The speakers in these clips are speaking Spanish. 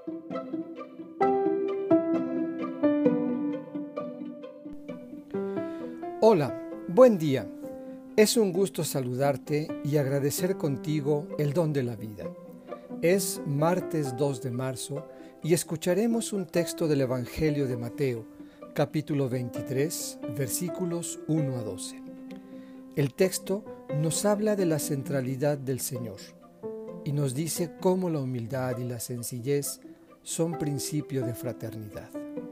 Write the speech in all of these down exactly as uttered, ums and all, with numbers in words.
Hola, buen día. Es un gusto saludarte y agradecer contigo el don de la vida. Es martes dos de marzo y escucharemos un texto del Evangelio de Mateo, capítulo veintitrés, versículos uno a doce. El texto nos habla de la centralidad del Señor y nos dice cómo la humildad y la sencillez son principio de fraternidad.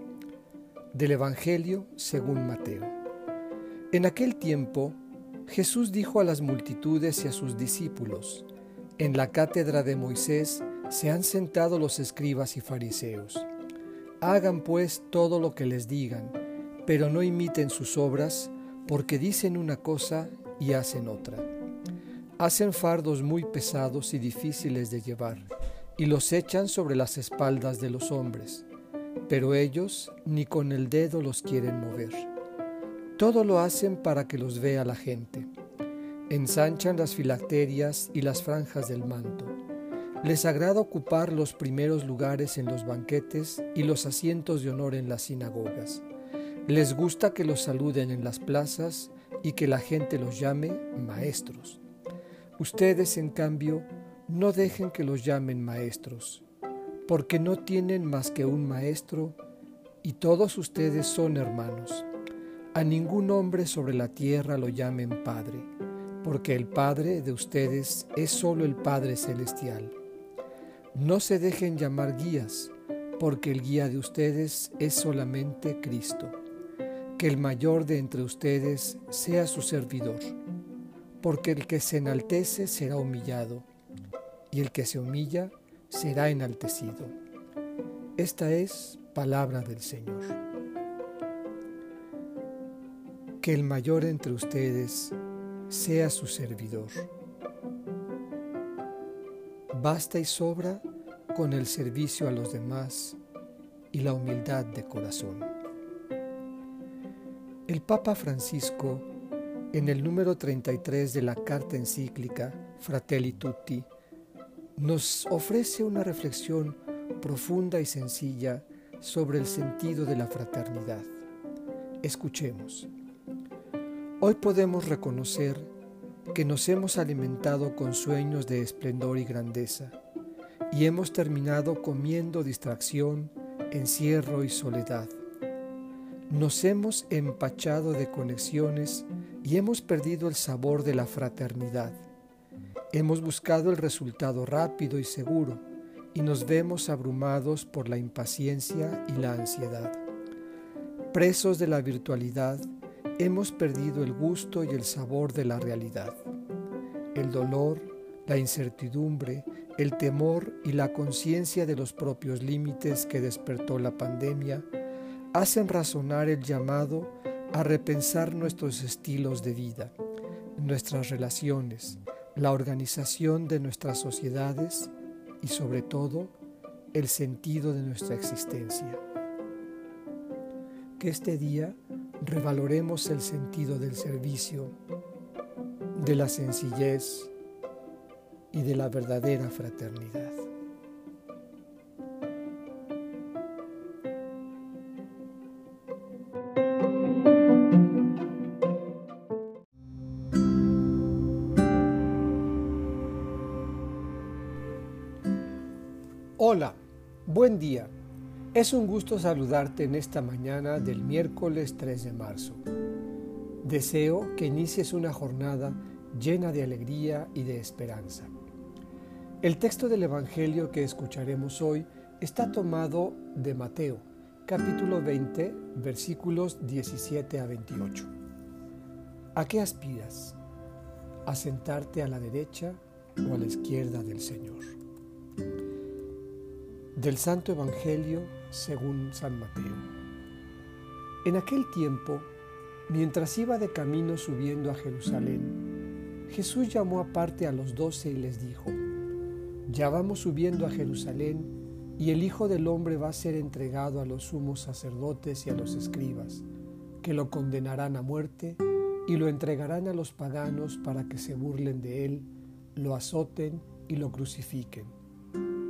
Del Evangelio según Mateo. En aquel tiempo, Jesús dijo a las multitudes y a sus discípulos: en la cátedra de Moisés se han sentado los escribas y fariseos. Hagan pues todo lo que les digan, pero no imiten sus obras, porque dicen una cosa y hacen otra. Hacen fardos muy pesados y difíciles de llevar, y los echan sobre las espaldas de los hombres, pero ellos ni con el dedo los quieren mover. Todo lo hacen para que los vea la gente. Ensanchan las filacterias y las franjas del manto. Les agrada ocupar los primeros lugares en los banquetes y los asientos de honor en las sinagogas. Les gusta que los saluden en las plazas y que la gente los llame maestros. Ustedes, en cambio, no dejen que los llamen maestros, porque no tienen más que un maestro y todos ustedes son hermanos. A ningún hombre sobre la tierra lo llamen Padre, porque el Padre de ustedes es solo el Padre Celestial. No se dejen llamar guías, porque el guía de ustedes es solamente Cristo. Que el mayor de entre ustedes sea su servidor, porque el que se enaltece será humillado, y el que se humilla será enaltecido. Esta es palabra del Señor. Que el mayor entre ustedes sea su servidor. Basta y sobra con el servicio a los demás y la humildad de corazón. El Papa Francisco, en el número treinta y tres de la carta encíclica Fratelli Tutti, nos ofrece una reflexión profunda y sencilla sobre el sentido de la fraternidad. Escuchemos. Hoy podemos reconocer que nos hemos alimentado con sueños de esplendor y grandeza y hemos terminado comiendo distracción, encierro y soledad. Nos hemos empachado de conexiones y hemos perdido el sabor de la fraternidad. Hemos buscado el resultado rápido y seguro y nos vemos abrumados por la impaciencia y la ansiedad. Presos de la virtualidad, hemos perdido el gusto y el sabor de la realidad. El dolor, la incertidumbre, el temor y la conciencia de los propios límites que despertó la pandemia hacen razonar el llamado a repensar nuestros estilos de vida, nuestras relaciones, la organización de nuestras sociedades y, sobre todo, el sentido de nuestra existencia. Que este día revaloremos el sentido del servicio, de la sencillez y de la verdadera fraternidad. Hola, buen día. Es un gusto saludarte en esta mañana del miércoles tres de marzo. Deseo que inicies una jornada llena de alegría y de esperanza. El texto del Evangelio que escucharemos hoy está tomado de Mateo, capítulo veinte, versículos diecisiete a veintiocho. ¿A qué aspiras? ¿A sentarte a la derecha o a la izquierda del Señor? Del Santo Evangelio según San Mateo. En aquel tiempo, mientras iba de camino subiendo a Jerusalén, Jesús llamó aparte a los doce y les dijo: Ya vamos subiendo a Jerusalén, y el Hijo del Hombre va a ser entregado a los sumos sacerdotes y a los escribas, que lo condenarán a muerte y lo entregarán a los paganos para que se burlen de él, lo azoten y lo crucifiquen.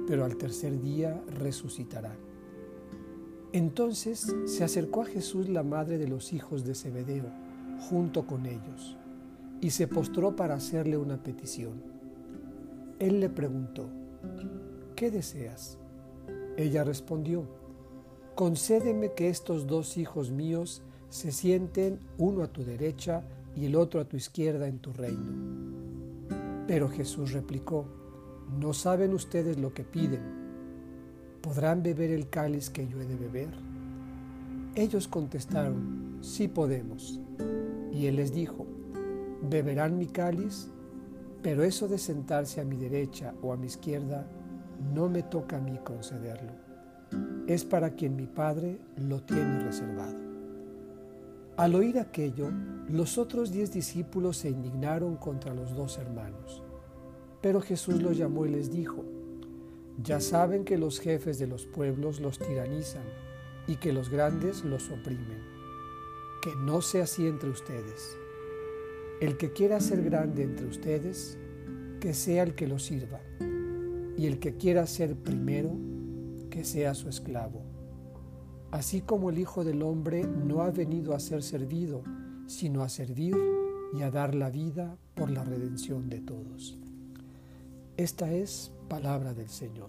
pero al tercer día resucitará. Entonces se acercó a Jesús la madre de los hijos de Zebedeo, junto con ellos, y se postró para hacerle una petición. Él le preguntó: ¿qué deseas? Ella respondió: concédeme que estos dos hijos míos se sienten uno a tu derecha y el otro a tu izquierda en tu reino. Pero Jesús replicó: ¿no saben ustedes lo que piden? ¿Podrán beber el cáliz que yo he de beber? Ellos contestaron: sí podemos. Y él les dijo: beberán mi cáliz, pero eso de sentarse a mi derecha o a mi izquierda no me toca a mí concederlo. Es para quien mi Padre lo tiene reservado. Al oír aquello, los otros diez discípulos se indignaron contra los dos hermanos. Pero Jesús los llamó y les dijo: ya saben que los jefes de los pueblos los tiranizan y que los grandes los oprimen. Que no sea así entre ustedes. El que quiera ser grande entre ustedes, que sea el que lo sirva, y el que quiera ser primero, que sea su esclavo. Así como el Hijo del Hombre no ha venido a ser servido, sino a servir y a dar la vida por la redención de todos. Esta es palabra del Señor.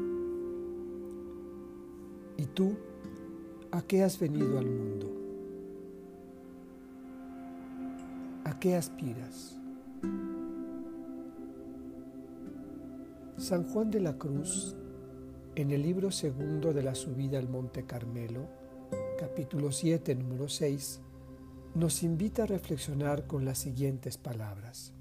¿Y tú, a qué has venido al mundo? ¿A qué aspiras? San Juan de la Cruz, en el libro segundo de la subida al Monte Carmelo, capítulo siete, número seis, nos invita a reflexionar con las siguientes palabras.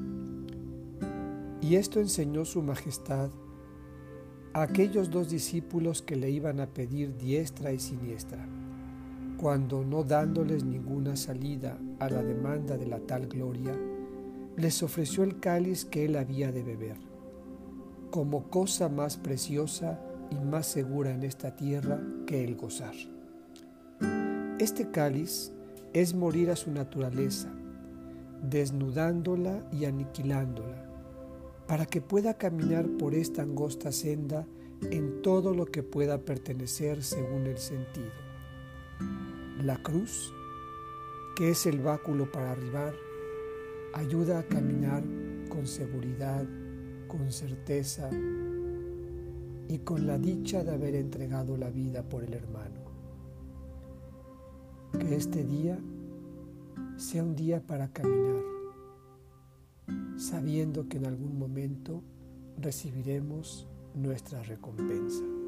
Y esto enseñó su majestad a aquellos dos discípulos que le iban a pedir diestra y siniestra, cuando, no dándoles ninguna salida a la demanda de la tal gloria, les ofreció el cáliz que él había de beber, como cosa más preciosa y más segura en esta tierra que el gozar. Este cáliz es morir a su naturaleza, desnudándola y aniquilándola, para que pueda caminar por esta angosta senda en todo lo que pueda pertenecer según el sentido. La cruz, que es el báculo para arribar, ayuda a caminar con seguridad, con certeza y con la dicha de haber entregado la vida por el hermano. Que este día sea un día para caminar, sabiendo que en algún momento recibiremos nuestra recompensa.